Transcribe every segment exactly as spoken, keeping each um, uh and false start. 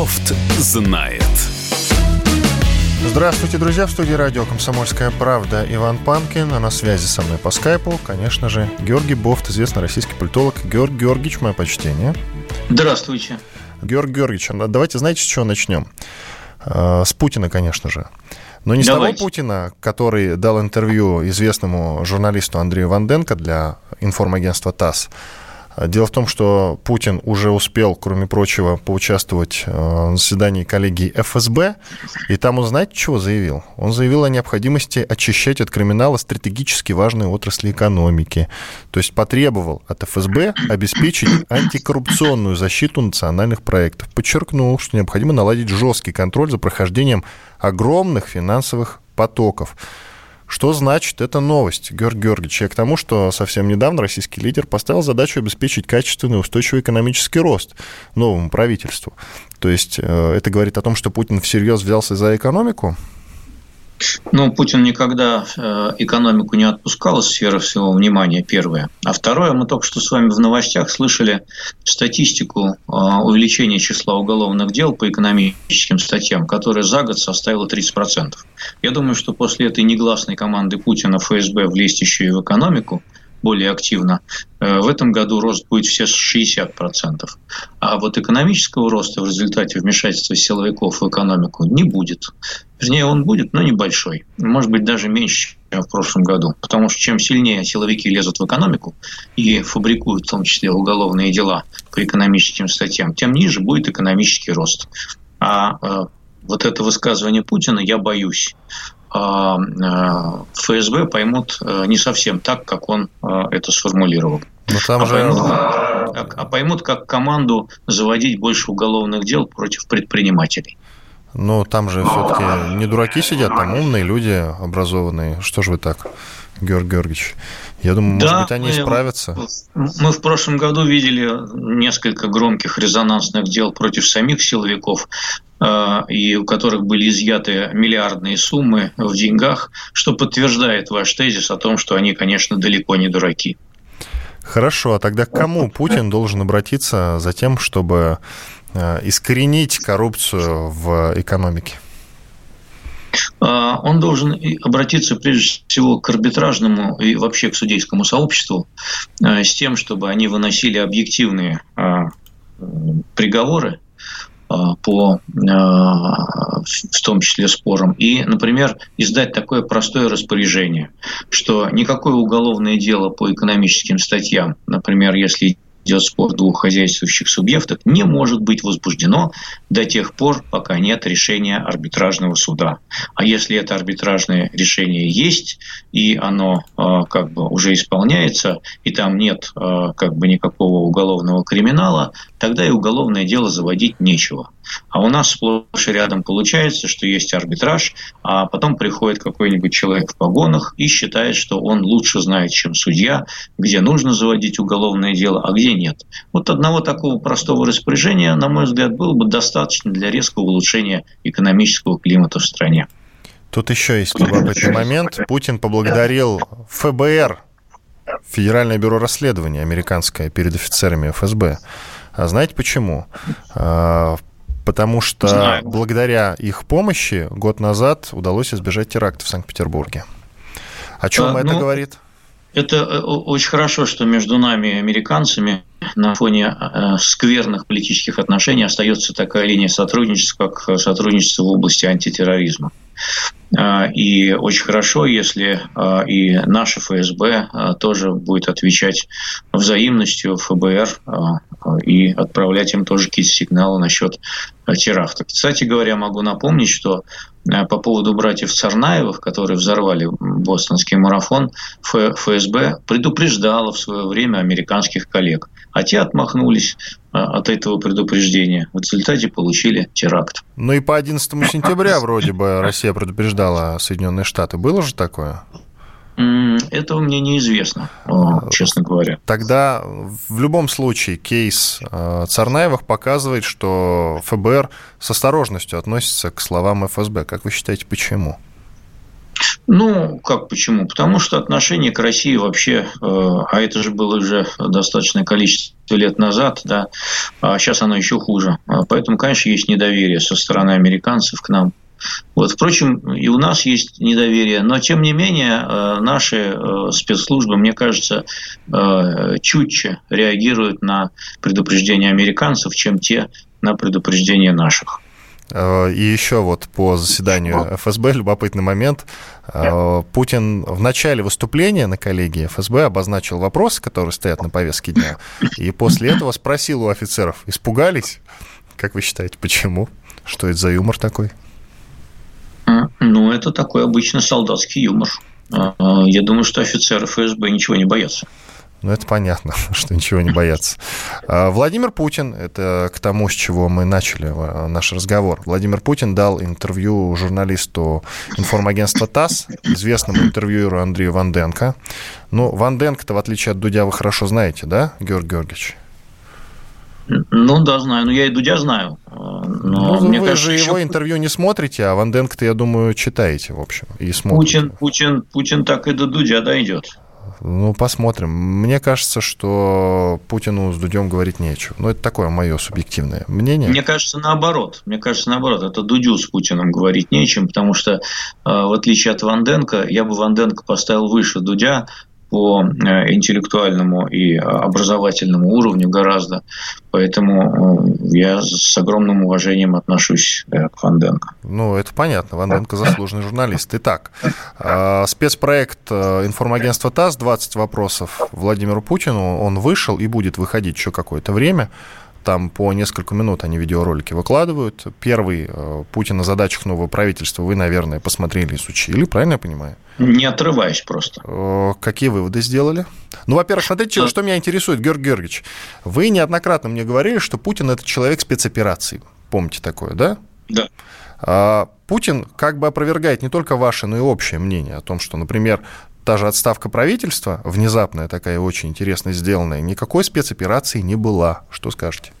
Бофт знает. Здравствуйте, друзья. В студии радио «Комсомольская правда» Иван Панкин. А на связи со мной по скайпу, конечно же, Георгий Бофт, известный российский политолог. Георгий Георгиевич, мое почтение. Здравствуйте. Георгий Георгиевич, давайте, знаете, с чего начнем? С Путина, конечно же. Но не Давайте. с того Путина, который дал интервью известному журналисту Андрею Ванденко для информагентства ТАСС. Дело в том, что Путин уже успел, кроме прочего, поучаствовать на заседании коллегии эф эс бэ, и там он, знаете, чего заявил? Он заявил о необходимости очищать от криминала стратегически важные отрасли экономики. То есть потребовал от эф эс бэ обеспечить антикоррупционную защиту национальных проектов. Подчеркнул, что необходимо наладить жесткий контроль за прохождением огромных финансовых потоков. Что значит эта новость, Георгий Георгиевич? Я к тому, что совсем недавно российский лидер поставил задачу обеспечить качественный и устойчивый экономический рост новому правительству. То есть это говорит о том, что Путин всерьез взялся за экономику? Ну, Путин никогда экономику не отпускал из сферы своего внимания, первое. А второе, мы только что с вами в новостях слышали статистику увеличения числа уголовных дел по экономическим статьям, которая за год составила тридцать процентов. Я думаю, что после этой негласной команды Путина эф эс бэ влезть еще и в экономику более активно, в этом году рост будет все шестьдесят процентов. А вот экономического роста в результате вмешательства силовиков в экономику не будет. Вернее, он будет, но небольшой. Может быть, даже меньше, чем в прошлом году. Потому что чем сильнее силовики лезут в экономику и фабрикуют, в том числе, уголовные дела по экономическим статьям, тем ниже будет экономический рост. А э, вот это высказывание Путина, я боюсь, эф эс бэ поймут не совсем так, как он это сформулировал. Там а, же... поймут, а поймут как команду заводить больше уголовных дел против предпринимателей. Ну, там же все-таки не дураки сидят, там умные люди, образованные. Что же вы так, Георгий Георгиевич? Я думаю, да, может быть, они мы, справятся. Мы в прошлом году видели несколько громких резонансных дел против самих силовиков, и у которых были изъяты миллиардные суммы в деньгах, что подтверждает ваш тезис о том, что они, конечно, далеко не дураки. Хорошо, а тогда к кому Путин должен обратиться за тем, чтобы искоренить коррупцию в экономике? Он должен обратиться прежде всего к арбитражному и вообще к судейскому сообществу с тем, чтобы они выносили объективные приговоры по, в том числе, спорам, и, например, издать такое простое распоряжение, что никакое уголовное дело по экономическим статьям, например, если идет спор двух хозяйствующих субъектов, не может быть возбуждено до тех пор, пока нет решения арбитражного суда. А если это арбитражное решение есть, и оно э, как бы уже исполняется, и там нет э, как бы никакого уголовного криминала, тогда и уголовное дело заводить нечего. А у нас сплошь и рядом получается, что есть арбитраж, а потом приходит какой-нибудь человек в погонах и считает, что он лучше знает, чем судья, где нужно заводить уголовное дело, а где нет. Вот одного такого простого распоряжения, на мой взгляд, было бы достаточно для резкого улучшения экономического климата в стране. Тут еще есть любопытный момент. Путин поблагодарил эф бэ эр, Федеральное бюро расследований американское, перед офицерами эф эс бэ. А знаете почему? Потому что Знаю. благодаря их помощи год назад удалось избежать теракта в Санкт-Петербурге. О чем а, это ну, говорит? Это очень хорошо, что между нами и американцами на фоне скверных политических отношений остается такая линия сотрудничества, как сотрудничество в области антитерроризма. И очень хорошо, если и наш эф эс бэ тоже будет отвечать взаимностью эф бэ эр и отправлять им тоже какие-то сигналы насчет теракта. Кстати говоря, могу напомнить, что по поводу братьев Царнаевых, которые взорвали бостонский марафон, эф эс бэ предупреждала в свое время американских коллег, а те отмахнулись от этого предупреждения. В результате получили теракт. Ну и по одиннадцатому сентября вроде бы Россия предупреждала Соединенные Штаты. Было же такое? Этого мне неизвестно, честно говоря. Тогда в любом случае кейс Царнаевых показывает, что эф бэ эр с осторожностью относится к словам эф эс бэ. Как вы считаете, почему? Ну, как почему? Потому что отношение к России вообще, а это же было уже достаточное количество лет назад, да, а сейчас оно еще хуже. Поэтому, конечно, есть недоверие со стороны американцев к нам. Вот, впрочем, и у нас есть недоверие, но тем не менее наши спецслужбы, мне кажется, чутче реагируют на предупреждения американцев, чем те на предупреждения наших. И еще вот по заседанию эф эс бэ любопытный момент. Путин в начале выступления на коллегии эф эс бэ обозначил вопросы, которые стоят на повестке дня, и после этого спросил у офицеров: испугались? Как вы считаете, почему? Что это за юмор такой? Ну, это такой обычный солдатский юмор. Я думаю, что офицеры эф эс бэ ничего не боятся. Ну, это понятно, что ничего не боятся. Владимир Путин, это к тому, с чего мы начали наш разговор. Владимир Путин дал интервью журналисту информагентства ТАСС, известному интервьюеру Андрею Ванденко. Ну, Ванденко-то, в отличие от Дудя, вы хорошо знаете, да, Георгий Георгиевич? Ну, да, знаю. Ну, я и Дудя знаю. Но ну, мне вы кажется, же еще... его интервью не смотрите, а Ванденко-то, я думаю, читаете, в общем, и смотрите. Путин, Путин, Путин так и до Дудя дойдет. Ну, посмотрим. Мне кажется, что Путину с Дудем говорить нечего. Ну, это такое мое субъективное мнение. Мне кажется, наоборот. Мне кажется, наоборот. Это Дудю с Путиным говорить нечем, потому что, в отличие от Ванденко, я бы Ванденко поставил выше Дудя по интеллектуальному и образовательному уровню гораздо. Поэтому я с огромным уважением отношусь к Ванденко. Ну, это понятно. Ванденко заслуженный журналист. Итак, спецпроект информагентства ТАСС «двадцать вопросов Владимиру Путину», он вышел и будет выходить еще какое-то время. Там по несколько минут они видеоролики выкладывают. Первый «Путин о задачах нового правительства» вы, наверное, посмотрели, изучили, правильно я понимаю? Не отрываясь просто. Какие выводы сделали? Ну, во-первых, смотрите, что меня интересует, Георгий Георгиевич. Вы неоднократно мне говорили, что Путин – это человек спецопераций. Помните такое, да? Да. А Путин как бы опровергает не только ваше, но и общее мнение о том, что, например, та же отставка правительства, внезапная такая, очень интересно сделанная, никакой спецоперации не была. Что скажете?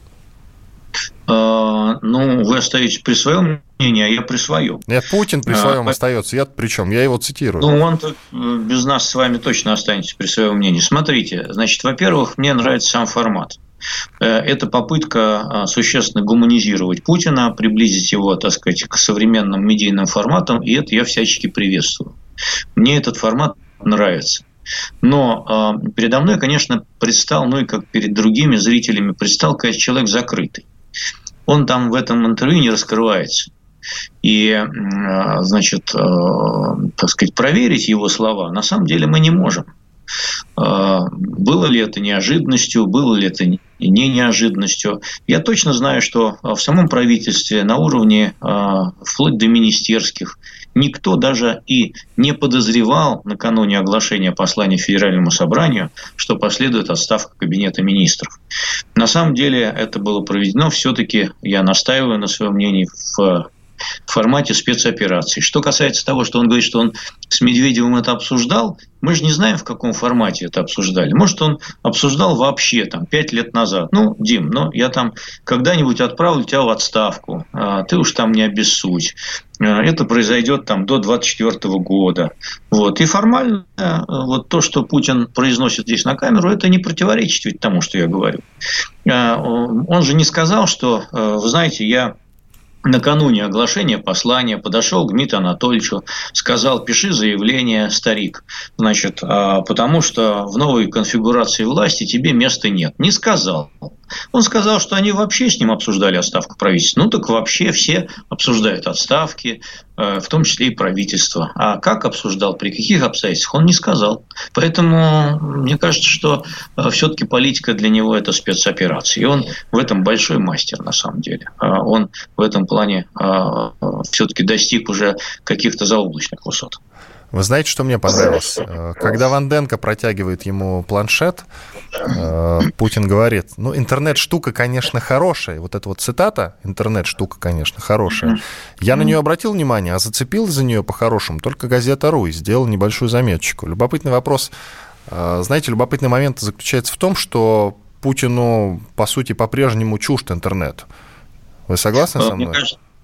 А, ну, вы остаетесь при своем мнении, а я при своем. Нет, Путин при своем а, остается. Я причем, я его цитирую. Ну, он-то без нас с вами точно останется при своем мнении. Смотрите, значит, во-первых, мне нравится сам формат. Это попытка существенно гуманизировать Путина, приблизить его, так сказать, к современным медийным форматам, и это я всячески приветствую. Мне этот формат нравится. Но э, передо мной, конечно, предстал, ну и как перед другими зрителями, предстал, конечно, человек закрытый. Он там в этом интервью не раскрывается. И, э, значит, э, так сказать, проверить его слова на самом деле мы не можем. Э, было ли это неожиданностью, было ли это не неожиданностью. Я точно знаю, что в самом правительстве на уровне э, вплоть до министерских никто даже и не подозревал накануне оглашения послания Федеральному собранию, что последует отставка Кабинета министров. На самом деле это было проведено, все-таки я настаиваю на своем мнении, в формате спецоперации. Что касается того, что он говорит, что он с Медведевым это обсуждал, мы же не знаем, в каком формате это обсуждали. Может, он обсуждал вообще там пять лет назад. Ну, Дим, ну, я там когда-нибудь отправлю тебя в отставку, а ты уж там не обессудь. Это произойдет там до двадцать четвёртого года. Вот. И формально вот то, что Путин произносит здесь на камеру, это не противоречит ведь тому, что я говорю. Он же не сказал, что, вы знаете, я накануне оглашения послания подошел к Дмитрию Анатольевичу, сказал: пиши заявление, старик, значит, потому что в новой конфигурации власти тебе места нет. Не сказал. Он сказал, что они вообще с ним обсуждали отставку правительства. Ну так вообще все обсуждают отставки, в том числе и правительство. А как обсуждал, при каких обстоятельствах, он не сказал. Поэтому мне кажется, что все-таки политика для него – это спецоперация. И он в этом большой мастер на самом деле. Он в этом плане все-таки достиг уже каких-то заоблачных высот. Вы знаете, что мне понравилось? Когда Ванденко протягивает ему планшет, Путин говорит: ну, интернет-штука, конечно, хорошая. Вот эта вот цитата: интернет-штука, конечно, хорошая. Я на нее обратил внимание, а зацепил за нее по-хорошему только газета.ру и сделал небольшую заметочку. Любопытный вопрос. Знаете, любопытный момент заключается в том, что Путину, по сути, по-прежнему чужд интернет. Вы согласны со мной? Мне кажется,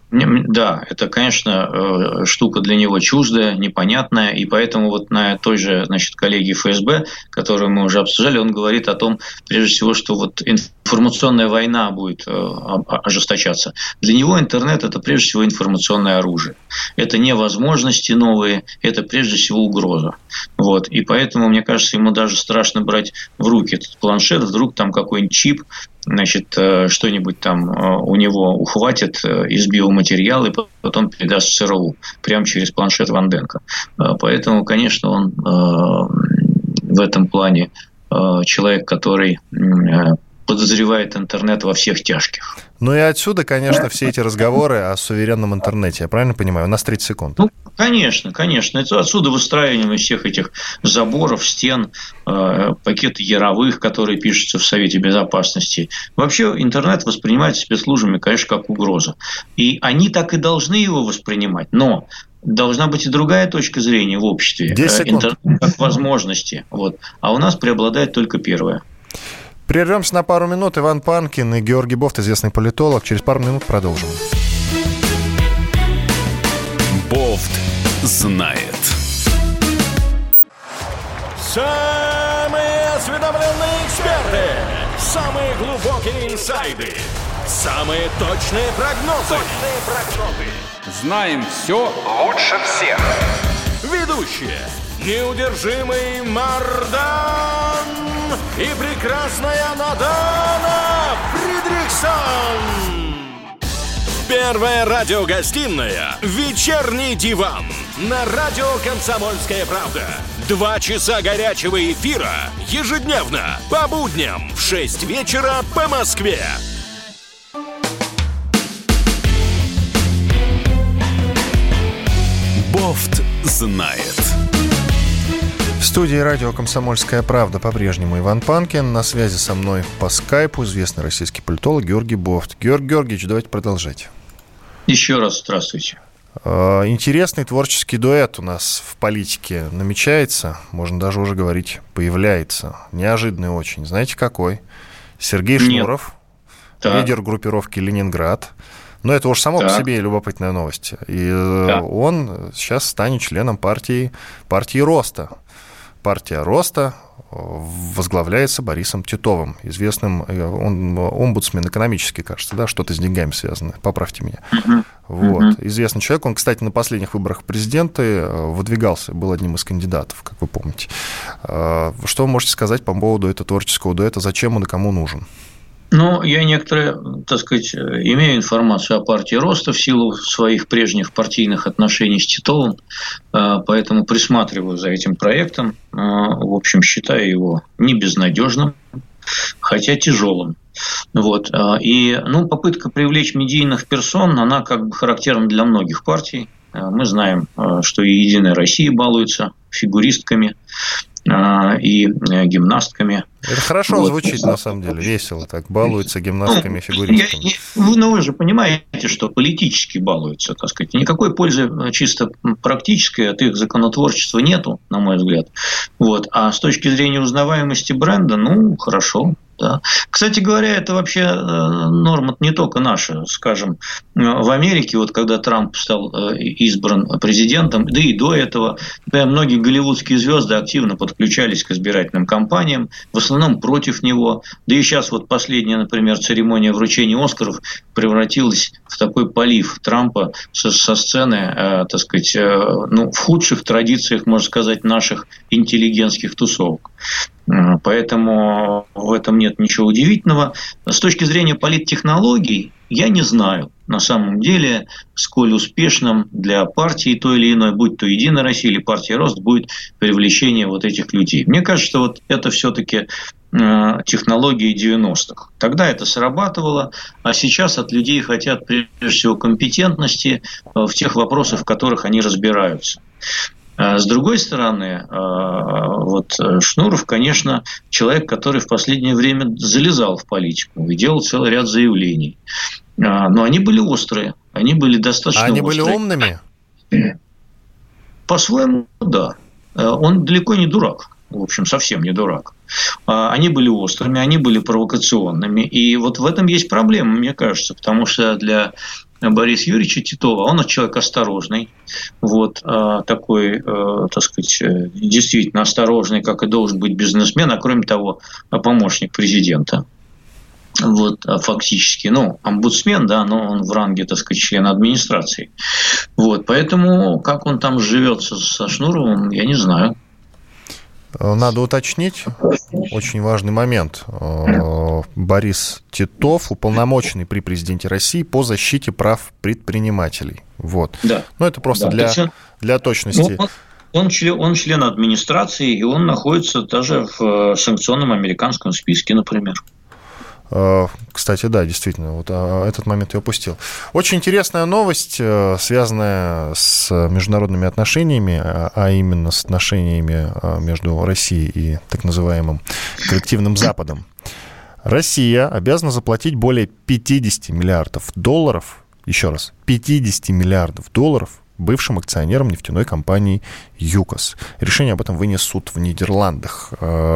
Да, это, конечно, штука для него чуждая, непонятная, и поэтому вот на той же, значит, коллегии эф эс бэ, которую мы уже обсуждали, он говорит о том, прежде всего, что вот информационная война будет ожесточаться. Для него интернет – это прежде всего информационное оружие. Это не возможности новые, это прежде всего угроза. Вот. И поэтому, мне кажется, ему даже страшно брать в руки этот планшет, вдруг там какой-нибудь чип, значит, что-нибудь там у него ухватит из биоматериала и потом передаст в цэ эр у прямо через планшет Ванденко. Поэтому, конечно, он в этом плане человек, который подозревает интернет во всех тяжких. Ну и отсюда, конечно, все эти разговоры о суверенном интернете. Я правильно понимаю? У нас тридцать секунд. Ну, конечно, конечно. Это отсюда выстраивание всех этих заборов, стен, э, пакеты яровых, которые пишутся в Совете Безопасности. Вообще интернет воспринимается спецслужбами, конечно, как угроза. И они так и должны его воспринимать. Но должна быть и другая точка зрения в обществе. Интернет как возможности. Вот. А у нас преобладает только первая. Прервемся на пару минут. Иван Панкин и Георгий Бофт, известный политолог. Через пару минут продолжим. Бофт знает. Самые осведомленные эксперты, самые глубокие инсайды, самые точные прогнозы. Точные прогнозы. Знаем все лучше всех. Ведущие: неудержимый Мардан и прекрасная Надана Фридрихсон. Первая радиогостинная «Вечерний диван» на радио «Комсомольская правда». Два часа горячего эфира ежедневно по будням в шесть вечера по Москве. Бофт знает. В студии радио «Комсомольская правда» по-прежнему Иван Панкин. На связи со мной по скайпу известный российский политолог Георгий Бофт. Георгий Георгиевич, давайте продолжать. Еще раз здравствуйте. Интересный творческий дуэт у нас в политике намечается. Можно даже уже говорить, появляется. Неожиданный очень. Знаете, какой? Сергей Нет. Шнуров, Так. лидер группировки «Ленинград». Но это уж само так. по себе любопытная новость. И Да. он сейчас станет членом партии, партии Роста. Партия Роста возглавляется Борисом Титовым, известным, он омбудсмен экономический, кажется, да, что-то с деньгами связано, поправьте меня. Uh-huh. Вот. Uh-huh. Известный человек, он, кстати, на последних выборах президента выдвигался, был одним из кандидатов, как вы помните. Что вы можете сказать по поводу этого творческого дуэта, зачем он и кому нужен? Ну, я некоторые, так сказать, имею информацию о партии Роста в силу своих прежних партийных отношений с Титовым, поэтому присматриваю за этим проектом. В общем, считаю его не безнадежным, хотя тяжелым. Вот. И ну, попытка привлечь медийных персон, она как бы характерна для многих партий. Мы знаем, что и «Единая Россия» балуется фигуристками и гимнастками. Это хорошо вот. Звучит, на самом деле, весело так, балуются гимнастками, фигуристками. Я, я, ну, вы же понимаете, что политически балуются, так сказать. Никакой пользы чисто практической от их законотворчества нету, на мой взгляд. Вот. А с точки зрения узнаваемости бренда, ну, хорошо. Да. Кстати говоря, это вообще норма не только наша. Скажем, в Америке, вот когда Трамп стал избран президентом, да и до этого, многие голливудские звезды активно подключались к избирательным кампаниям, в основном против него. Да и сейчас вот последняя, например, церемония вручения Оскаров превратилась в такой полив Трампа со, со сцены, э, так сказать, э, ну, в худших традициях, можно сказать, наших интеллигентских тусовок. Поэтому в этом нет ничего удивительного. С точки зрения политтехнологий, я не знаю, на самом деле, сколь успешным для партии той или иной, будь то «Единая Россия» или партия «Рост», будет привлечение вот этих людей. Мне кажется, что вот это все-таки технологии девяностых. Тогда это срабатывало, а сейчас от людей хотят, прежде всего, компетентности в тех вопросах, в которых они разбираются. С другой стороны, вот Шнуров, конечно, человек, который в последнее время залезал в политику и делал целый ряд заявлений. Но они были острые, они были достаточно а они острые. Они были умными? По-своему, да. Он далеко не дурак. В общем, совсем не дурак. Они были острыми, они были провокационными. И вот в этом есть проблема, мне кажется, потому что для Бориса Юрьевича Титова. Он человек осторожный, вот, такой, так сказать, действительно осторожный, как и должен быть бизнесмен, а кроме того, помощник президента. Вот, фактически, ну, омбудсмен, да, но он в ранге, так сказать, члена администрации. Вот, поэтому как он там живется со Шнуровым, я не знаю. Надо уточнить очень важный момент. Борис Титов уполномоченный при президенте России по защите прав предпринимателей. Вот. Да. Ну, это просто да, для, есть, для точности. Ну, он, он, член, он член администрации, и он находится даже в санкционном американском списке, например. Кстати, да, действительно, вот этот момент я упустил. Очень интересная новость, связанная с международными отношениями, а именно с отношениями между Россией и так называемым коллективным Западом. Россия обязана заплатить более пятьдесят миллиардов долларов, еще раз, пятьдесят миллиардов долларов бывшим акционерам нефтяной компании ЮКОС. Решение об этом вынес суд в Нидерландах.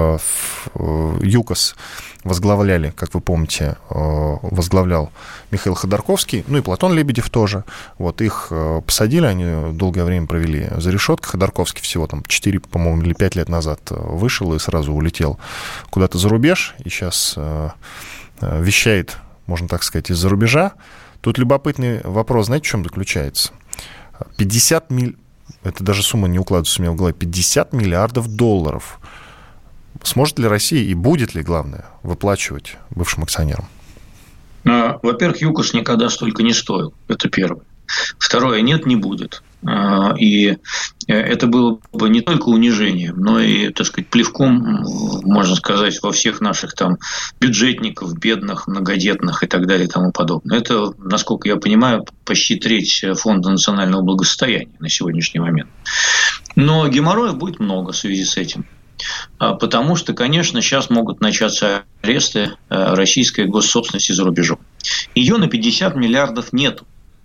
ЮКОС возглавляли, как вы помните, возглавлял Михаил Ходорковский, ну и Платон Лебедев тоже. Вот их посадили, они долгое время провели за решеткой. Ходорковский всего там четыре, по-моему, или пять лет назад вышел и сразу улетел куда-то за рубеж. И сейчас вещает, можно так сказать, из-за рубежа. Тут любопытный вопрос, знаете, в чем заключается? пятьдесят миль... Это даже сумма не укладывается у меня в голове. пятьдесят миллиардов долларов. Сможет ли Россия и будет ли, главное, выплачивать бывшим акционерам? Во-первых, ЮКОС никогда столько не стоил. Это первое. Второе, нет, не будет. И это было бы не только унижением, но и, так сказать, плевком, можно сказать, во всех наших там бюджетников, бедных, многодетных и так далее и тому подобное. Это, насколько я понимаю, почти треть фонда национального благосостояния на сегодняшний момент. Но геморроя будет много в связи с этим. Потому что, конечно, сейчас могут начаться аресты российской госсобственности за рубежом. Ее на пятьдесят миллиардов нету.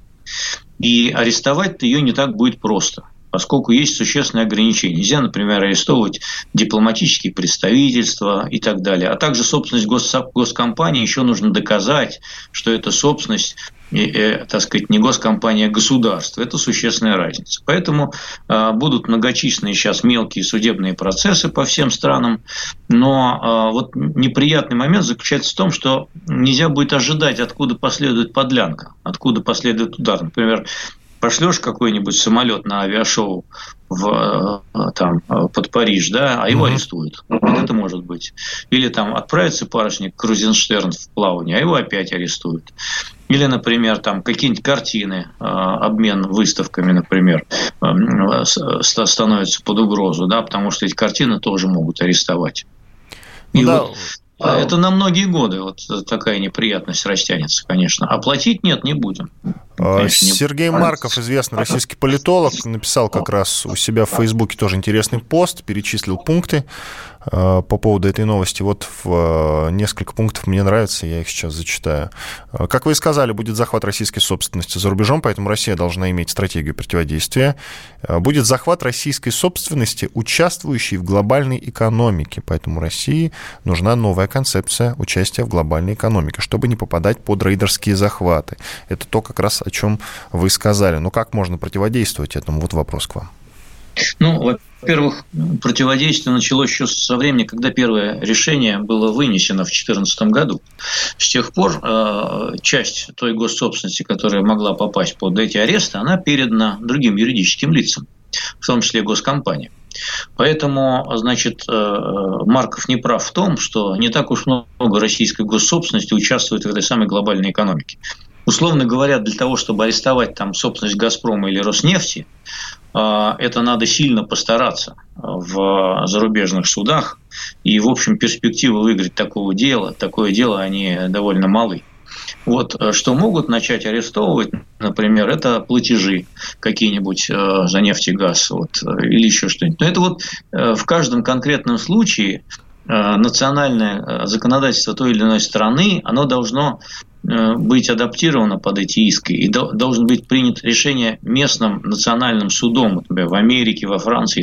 И арестовать-то ее не так будет просто, поскольку есть существенные ограничения. Нельзя, например, арестовывать дипломатические представительства и так далее. А также собственность гос- госкомпании еще нужно доказать, что это собственность, э, так сказать, не госкомпания, а государство. Это существенная разница. Поэтому э, будут многочисленные сейчас мелкие судебные процессы по всем странам. Но э, вот неприятный момент заключается в том, что нельзя будет ожидать, откуда последует подлянка, откуда последует удар. Например, пошлешь какой-нибудь самолет на авиашоу в, там, под Париж, да, а его mm-hmm. арестуют. Вот это может быть. Или там отправится парусник Крузенштерн в плавание, а его опять арестуют. Или, например, там какие-нибудь картины, обмен выставками, например, становятся под угрозу, да, потому что эти картины тоже могут арестовать. И ну, вот да. Это на многие годы вот такая неприятность растянется, конечно. А платить нет, не будем. Конечно, Сергей не... Марков, известный российский политолог, написал как раз у себя в Фейсбуке тоже интересный пост, перечислил пункты по поводу этой новости. Вот в несколько пунктов мне нравится, я их сейчас зачитаю. Как вы и сказали, будет захват российской собственности за рубежом, поэтому Россия должна иметь стратегию противодействия. Будет захват российской собственности, участвующей в глобальной экономике, поэтому России нужна новая концепция участия в глобальной экономике, чтобы не попадать под рейдерские захваты. Это то, как раз о чем вы сказали. Но как можно противодействовать этому? Вот вопрос к вам. Ну, во-первых, противодействие началось еще со времени, когда первое решение было вынесено в две тысячи четырнадцатом году. С тех пор э, часть той госсобственности, которая могла попасть под эти аресты, она передана другим юридическим лицам, в том числе госкомпаниям. Поэтому, значит, Марков не прав в том, что не так уж много российской госсобственности участвует в этой самой глобальной экономике. Условно говоря, для того, чтобы арестовать там собственность «Газпрома» или «Роснефти», это надо сильно постараться в зарубежных судах. И, в общем, перспективы выиграть такого дела, такое дело, они довольно малы. Вот, что могут начать арестовывать, например, это платежи какие-нибудь за нефть и газ, вот, или еще что-нибудь. Но это вот в каждом конкретном случае национальное законодательство той или иной страны, оно должно быть адаптировано под эти иски, и должен быть принято решение местным национальным судом, например, в Америке, во Франции и так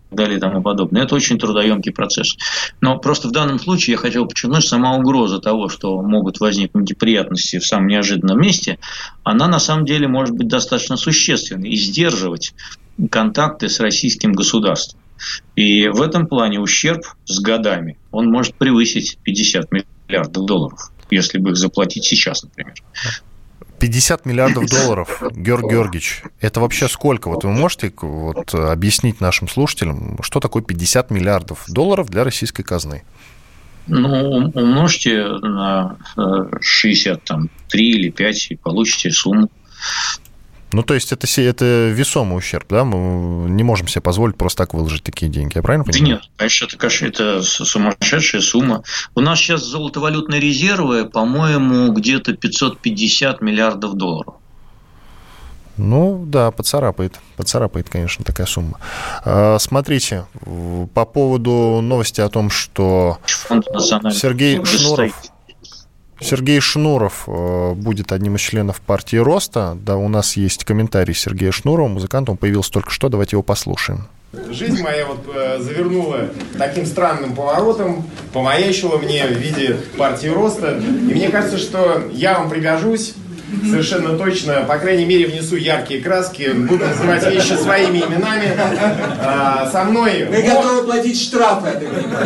далее и тому подобное. Это очень трудоемкий процесс. Но просто в данном случае я хотел подчеркнуть, сама угроза того, что могут возникнуть неприятности в самом неожиданном месте, она на самом деле может быть достаточно существенной и сдерживать контакты с российским государством. И в этом плане ущерб с годами, он может превысить пятьдесят миллиардов долларов, если бы их заплатить сейчас, например. пятьдесят миллиардов долларов, Георгий Георгиевич, это вообще сколько? Вот вы можете вот объяснить нашим слушателям, что такое пятьдесят миллиардов долларов для российской казны? Ну, умножьте на шестьдесят три или пять и получите сумму. Ну, то есть это, это весомый ущерб, да? Мы не можем себе позволить просто так выложить такие деньги, я правильно понимаю? Да нет, конечно, это, конечно, это сумасшедшая сумма. У нас сейчас золотовалютные резервы, по-моему, где-то пятьсот пятьдесят миллиардов долларов. Ну, да, поцарапает. Поцарапает, конечно, такая сумма. Смотрите, по поводу новости о том, что Сергей Шнуров... Сергей Шнуров будет одним из членов партии Роста. Да, у нас есть комментарий Сергея Шнурова, музыканта, он появился только что, давайте его послушаем. Жизнь моя вот завернула таким странным поворотом, помаячила мне в виде партии Роста. И мне кажется, что я вам пригожусь совершенно точно, по крайней мере, внесу яркие краски, буду называть вещи своими именами. А, со мной... Мы готовы платить штрафы.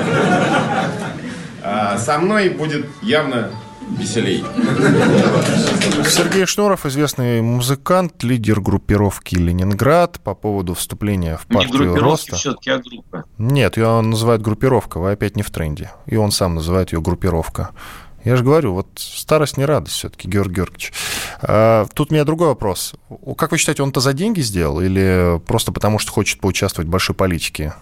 А, со мной будет явно... веселей. Сергей Шнуров, известный музыкант, лидер группировки «Ленинград», по поводу вступления в партию Роста. Все-таки, а группа. Нет, ее он называет группировка, вы опять не в тренде. И он сам называет ее группировка. Я же говорю, вот старость не радость все-таки, Георгий Георгиевич. А, тут у меня другой вопрос. Как вы считаете, он это за деньги сделал или просто потому, что хочет поучаствовать в большой политике?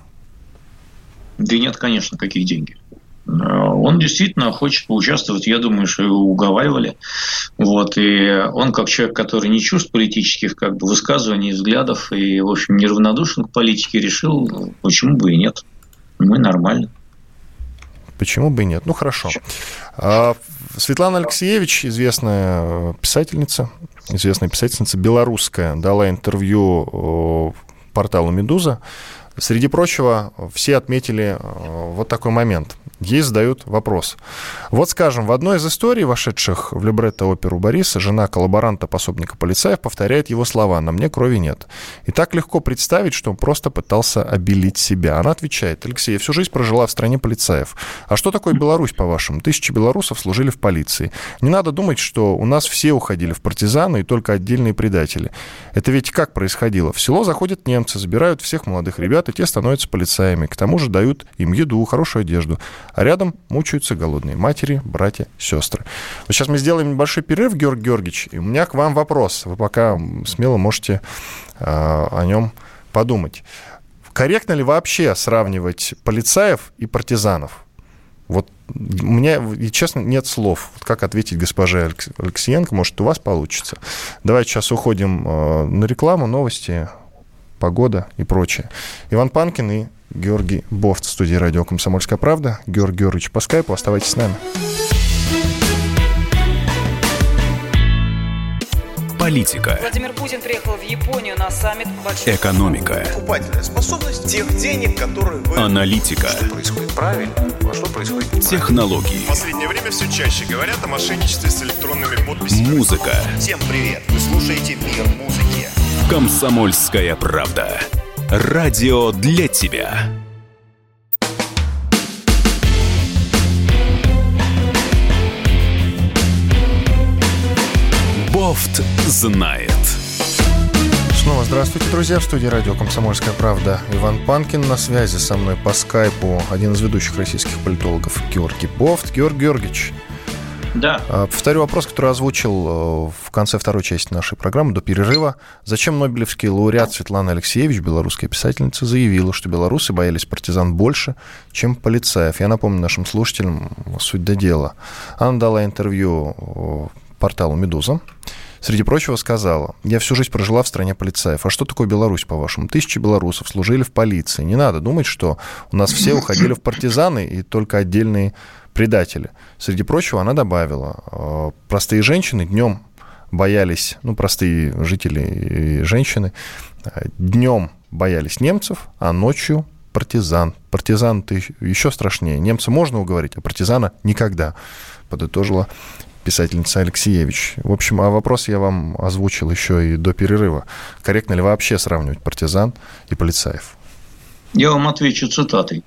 Да нет, конечно, какие деньги. Он действительно хочет поучаствовать, я думаю, что его уговаривали. Вот, и он, как человек, который не чувств политических как бы, высказываний, взглядов и, в общем, неравнодушен к политике, решил, почему бы и нет. Мы нормально. Почему бы и нет? Ну, хорошо. А, Светлана Алексеевич, известная писательница, известная писательница белорусская, дала интервью порталу «Медуза». Среди прочего, все отметили вот такой момент. Ей задают вопрос. Вот, скажем, в одной из историй, вошедших в либретто-оперу Бориса, жена коллаборанта-пособника полицаев повторяет его слова «на мне крови нет». И так легко представить, что он просто пытался обелить себя. Она отвечает: Алексей, я всю жизнь прожила в стране полицаев. А что такое Беларусь, по-вашему? Тысячи белорусов служили в полиции. Не надо думать, что у нас все уходили в партизаны и только отдельные предатели. Это ведь как происходило? В село заходят немцы, забирают всех молодых ребят, и те становятся полицаями. К тому же дают им еду, хорошую одежду. А рядом мучаются голодные матери, братья, сестры. Вот сейчас мы сделаем небольшой перерыв, Георгий Георгиевич, и у меня к вам вопрос. Вы пока смело можете э, о нем подумать. Корректно ли вообще сравнивать полицаев и партизанов? Вот у меня, честно, нет слов. Вот как ответить госпоже Алексеенко, может, у вас получится. Давайте сейчас уходим э, на рекламу, новости, погода и прочее. Иван Панкин и Георгий Бофт в студии радио «Комсомольская правда». Георгий Георгиевич по скайпу. Оставайтесь с нами. Политика. Владимир Путин приехал в Японию на саммит большой... Экономика. Покупательная способность тех денег, которые вы... Аналитика. Что происходит правильно, а что происходит неправильно. Технологии. В последнее время все чаще говорят о мошенничестве с электронными подписями. Музыка. Всем привет! Вы слушаете «Мир музыки». «Комсомольская правда». Радио для тебя. Бофт знает. Снова здравствуйте, друзья. В студии радио «Комсомольская правда» Иван Панкин. На связи со мной по скайпу один из ведущих российских политологов Георгий Бофт. Георгий Георгиевич. Да. Повторю вопрос, который озвучил в конце второй части нашей программы, до перерыва. Зачем нобелевский лауреат Светлана Алексеевич, белорусская писательница, заявила, что белорусы боялись партизан больше, чем полицаев? Я напомню нашим слушателям суть до дела. Она дала интервью порталу «Медуза». Среди прочего сказала: я всю жизнь прожила в стране полицаев. А что такое Беларусь, по-вашему? Тысячи белорусов служили в полиции. Не надо думать, что у нас все уходили в партизаны и только отдельные предатели. Среди прочего она добавила: простые женщины днем боялись, ну, простые жители и женщины днем боялись немцев, а ночью партизан. Партизан ты еще страшнее. Немца можно уговорить, а партизана никогда, подытожила писательница Алексеевич. В общем, а вопрос я вам озвучил еще и до перерыва. Корректно ли вообще сравнивать партизан и полицаев? Я вам отвечу цитатой.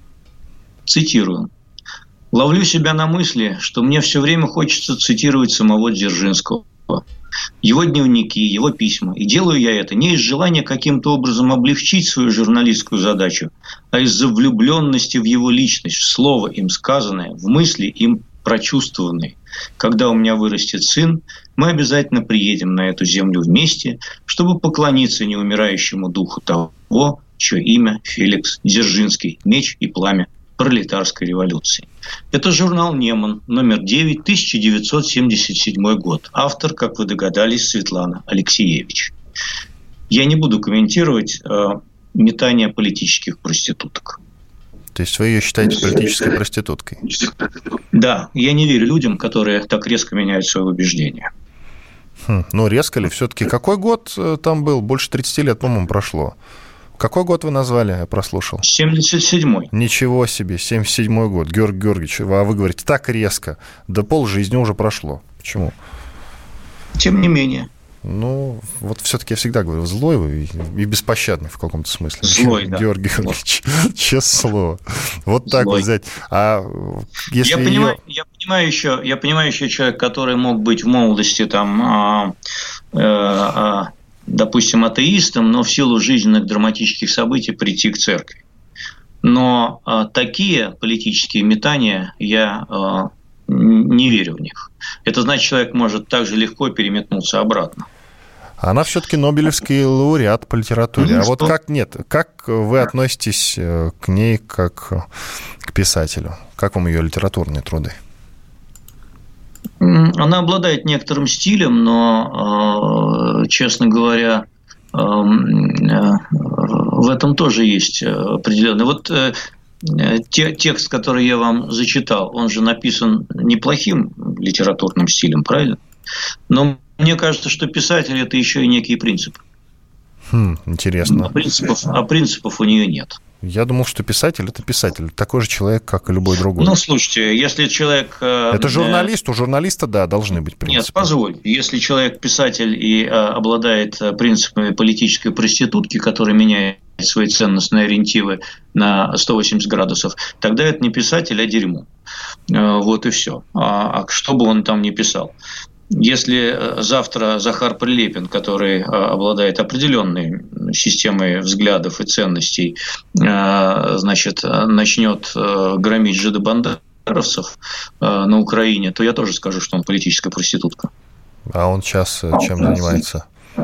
Цитирую. «Ловлю себя на мысли, что мне все время хочется цитировать самого Дзержинского. Его дневники, его письма. И делаю я это не из желания каким-то образом облегчить свою журналистскую задачу, а из-за влюбленности в его личность, в слово им сказанное, в мысли им прочувствованные. Когда у меня вырастет сын, мы обязательно приедем на эту землю вместе, чтобы поклониться неумирающему духу того, чье имя Феликс Дзержинский, меч и пламя пролетарской революции». Это журнал «Неман», номер девять, тысяча девятьсот семьдесят седьмой год. Автор, как вы догадались, Светлана Алексеевич. Я не буду комментировать э, метание политических проституток. То есть вы ее считаете политической проституткой? Да, я не верю людям, которые так резко меняют свои убеждения. Хм, ну, резко ли все-таки? Какой год там был? Больше тридцати лет, по-моему, прошло. Какой год вы назвали? Я прослушал. семьдесят седьмой. Ничего себе, семьдесят седьмой год. Георгий Георгиевич, а вы говорите, так резко. Да полжизни уже прошло. Почему? Тем не менее. Ну, вот все-таки я всегда говорю, злой вы и беспощадный в каком-то смысле. Злой, да. Георгий Георгиевич, честное слово. Вот так злой. Вот взять. А если я, ее... понимаю, я, понимаю еще, я понимаю еще человек, который мог быть в молодости там... А, а, допустим, атеистом, но в силу жизненных драматических событий прийти к церкви. Но а, такие политические метания, я а, не верю в них. Это значит, человек может так же легко переметнуться обратно. Она все-таки Нобелевский лауреат по литературе. Ну, а что? Вот как нет? Как вы относитесь к ней как к писателю? Как вам ее литературные труды? Она обладает некоторым стилем, но, честно говоря, в этом тоже есть определенный... Вот текст, который я вам зачитал, он же написан неплохим литературным стилем, правильно? Но мне кажется, что писатель – это еще и некий принцип. Хм, интересно. А принципов, а принципов у нее нет. Я думал, что писатель – это писатель, такой же человек, как и любой другой. Ну, слушайте, если человек… Это журналист, у журналиста, да, должны быть принципы. Нет, позволь, если человек писатель и обладает принципами политической проститутки, который меняет свои ценностные ориентиры на сто восемьдесят градусов, тогда это не писатель, а дерьмо. Вот и все. А, а что бы он там ни писал. Если завтра Захар Прилепин, который обладает определенной системой взглядов и ценностей, значит, начнет громить жидобандеровцев на Украине, то я тоже скажу, что он политическая проститутка. А он сейчас чем занимается?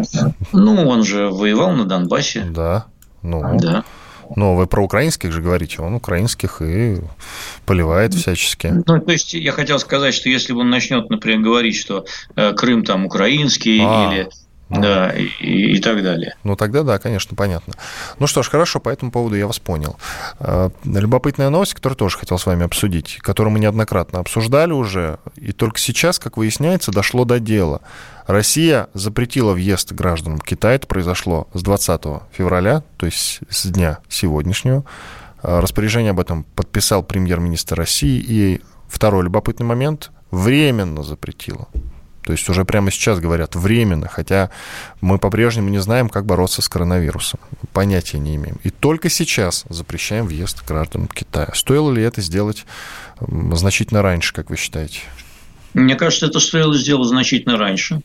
Ну, он же воевал на Донбассе. Да. Ну, да. Но вы про украинских же говорите, он украинских и поливает всячески. Ну, то есть я хотел сказать, что если он начнет, например, говорить, что э, Крым там украинский а, или ну, да, и, и так далее. Ну, тогда да, конечно, понятно. Ну что ж, хорошо, по этому поводу я вас понял. Любопытная новость, которую тоже хотел с вами обсудить, которую мы неоднократно обсуждали уже, и только сейчас, как выясняется, дошло до дела. Россия запретила въезд гражданам Китая. Это произошло с двадцатого февраля, то есть с дня сегодняшнего. Распоряжение об этом подписал премьер-министр России. И второй любопытный момент – временно запретила. То есть уже прямо сейчас говорят временно, хотя мы по-прежнему не знаем, как бороться с коронавирусом. Понятия не имеем. И только сейчас запрещаем въезд гражданам Китая. Стоило ли это сделать значительно раньше, как вы считаете? Мне кажется, это стоило сделать значительно раньше.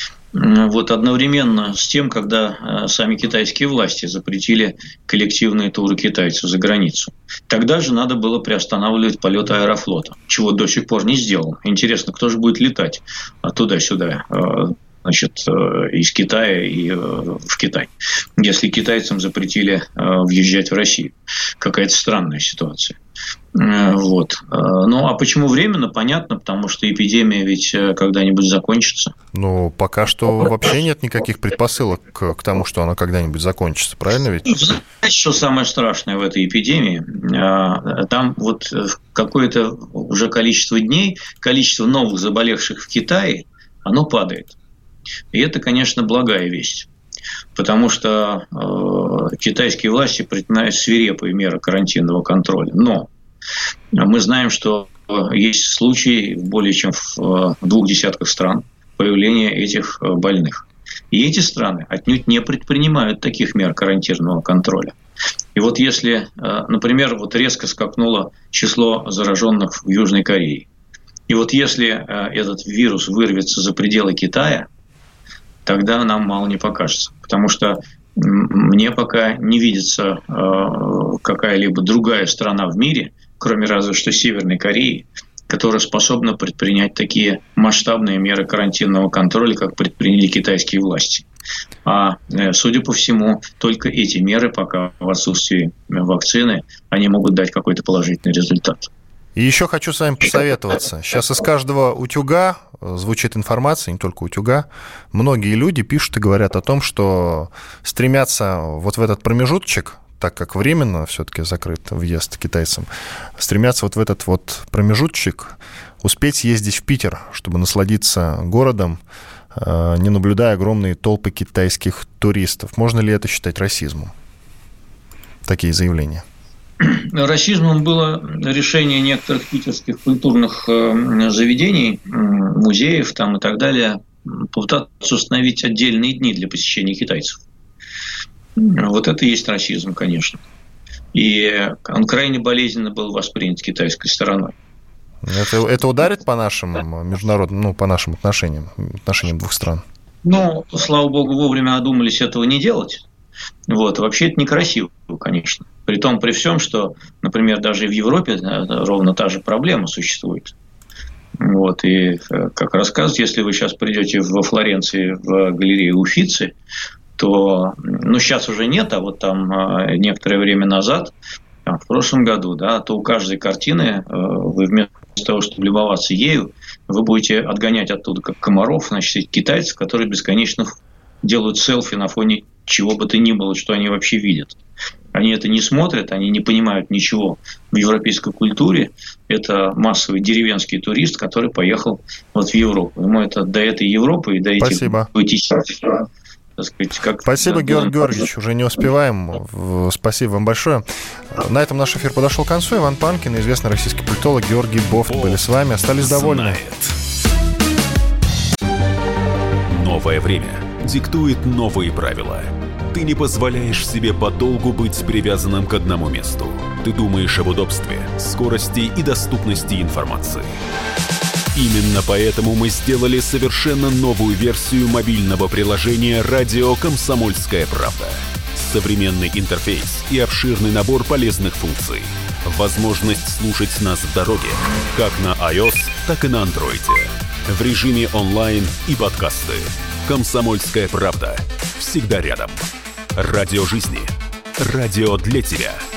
Вот одновременно с тем, когда сами китайские власти запретили коллективные туры китайцев за границу. Тогда же надо было приостанавливать полеты Аэрофлота, чего до сих пор не сделано. Интересно, кто же будет летать туда-сюда, значит, из Китая и в Китай, если китайцам запретили въезжать в Россию. Какая-то странная ситуация. Вот. Ну, а почему временно? Понятно, потому что эпидемия ведь когда-нибудь закончится. Ну, пока что вообще нет никаких предпосылок к, к тому, что она когда-нибудь закончится, правильно ведь? Знаете, что самое страшное в этой эпидемии? Там вот какое-то уже количество дней, количество новых заболевших в Китае, оно падает. И это, конечно, благая весть. потому что э, китайские власти предпринимают свирепые меры карантинного контроля. Но мы знаем, что есть случаи в более чем в двух десятках стран появления этих больных. И эти страны отнюдь не предпринимают таких мер карантинного контроля. И вот если, например, вот резко скакнуло число зараженных в Южной Корее, и вот если этот вирус вырвется за пределы Китая, тогда нам мало не покажется. Потому что мне пока не видится какая-либо другая страна в мире, кроме разве что Северной Кореи, которая способна предпринять такие масштабные меры карантинного контроля, как предприняли китайские власти. А, судя по всему, только эти меры, пока в отсутствии вакцины, они могут дать какой-то положительный результат. И еще хочу с вами посоветоваться. Сейчас из каждого утюга звучит информация, не только утюга. Многие люди пишут и говорят о том, что стремятся вот в этот промежуточек, так как временно все-таки закрыт въезд китайцам, стремятся вот в этот вот промежуточек успеть съездить в Питер, чтобы насладиться городом, не наблюдая огромные толпы китайских туристов. Можно ли это считать расизмом? Такие заявления. Расизмом было решение некоторых питерских культурных заведений, музеев там и так далее, попытаться установить отдельные дни для посещения китайцев. Вот это и есть расизм, конечно. И он крайне болезненно был воспринят китайской стороной. Это, это ударит по нашим международным, ну, по нашим отношениям, отношениям двух стран? Ну, слава богу, вовремя одумались этого не делать. Вот. Вообще это некрасиво, конечно. При том, при всем, что, например, даже в Европе ровно та же проблема существует. Вот. И, как рассказывают, если вы сейчас придете во Флоренции в галерею Уффици, то, ну, сейчас уже нет, а вот там некоторое время назад, там, в прошлом году, да, то у каждой картины вы вместо того, чтобы любоваться ею, вы будете отгонять оттуда, как комаров, значит, китайцев, которые бесконечно делают селфи на фоне чего бы то ни было, что они вообще видят. Они это не смотрят, они не понимают ничего в европейской культуре. Это массовый деревенский турист, который поехал вот в Европу. Ему это до этой Европы и до этих поэтических... Сказать, как Спасибо, Георгий Георгиевич. Уже не успеваем. Спасибо вам большое. На этом наш эфир подошел к концу. Иван Панкин и известный российский политолог Георгий Бофт были с вами. Остались довольны. Новое время диктует новые правила. Ты не позволяешь себе подолгу быть привязанным к одному месту. Ты думаешь об удобстве, скорости и доступности информации. Именно поэтому мы сделали совершенно новую версию мобильного приложения «Радио Комсомольская правда». Современный интерфейс и обширный набор полезных функций. Возможность слушать нас в дороге, как на iOS, так и на Android. В режиме онлайн и подкасты. «Комсомольская правда». Всегда рядом. Радио жизни. Радио для тебя.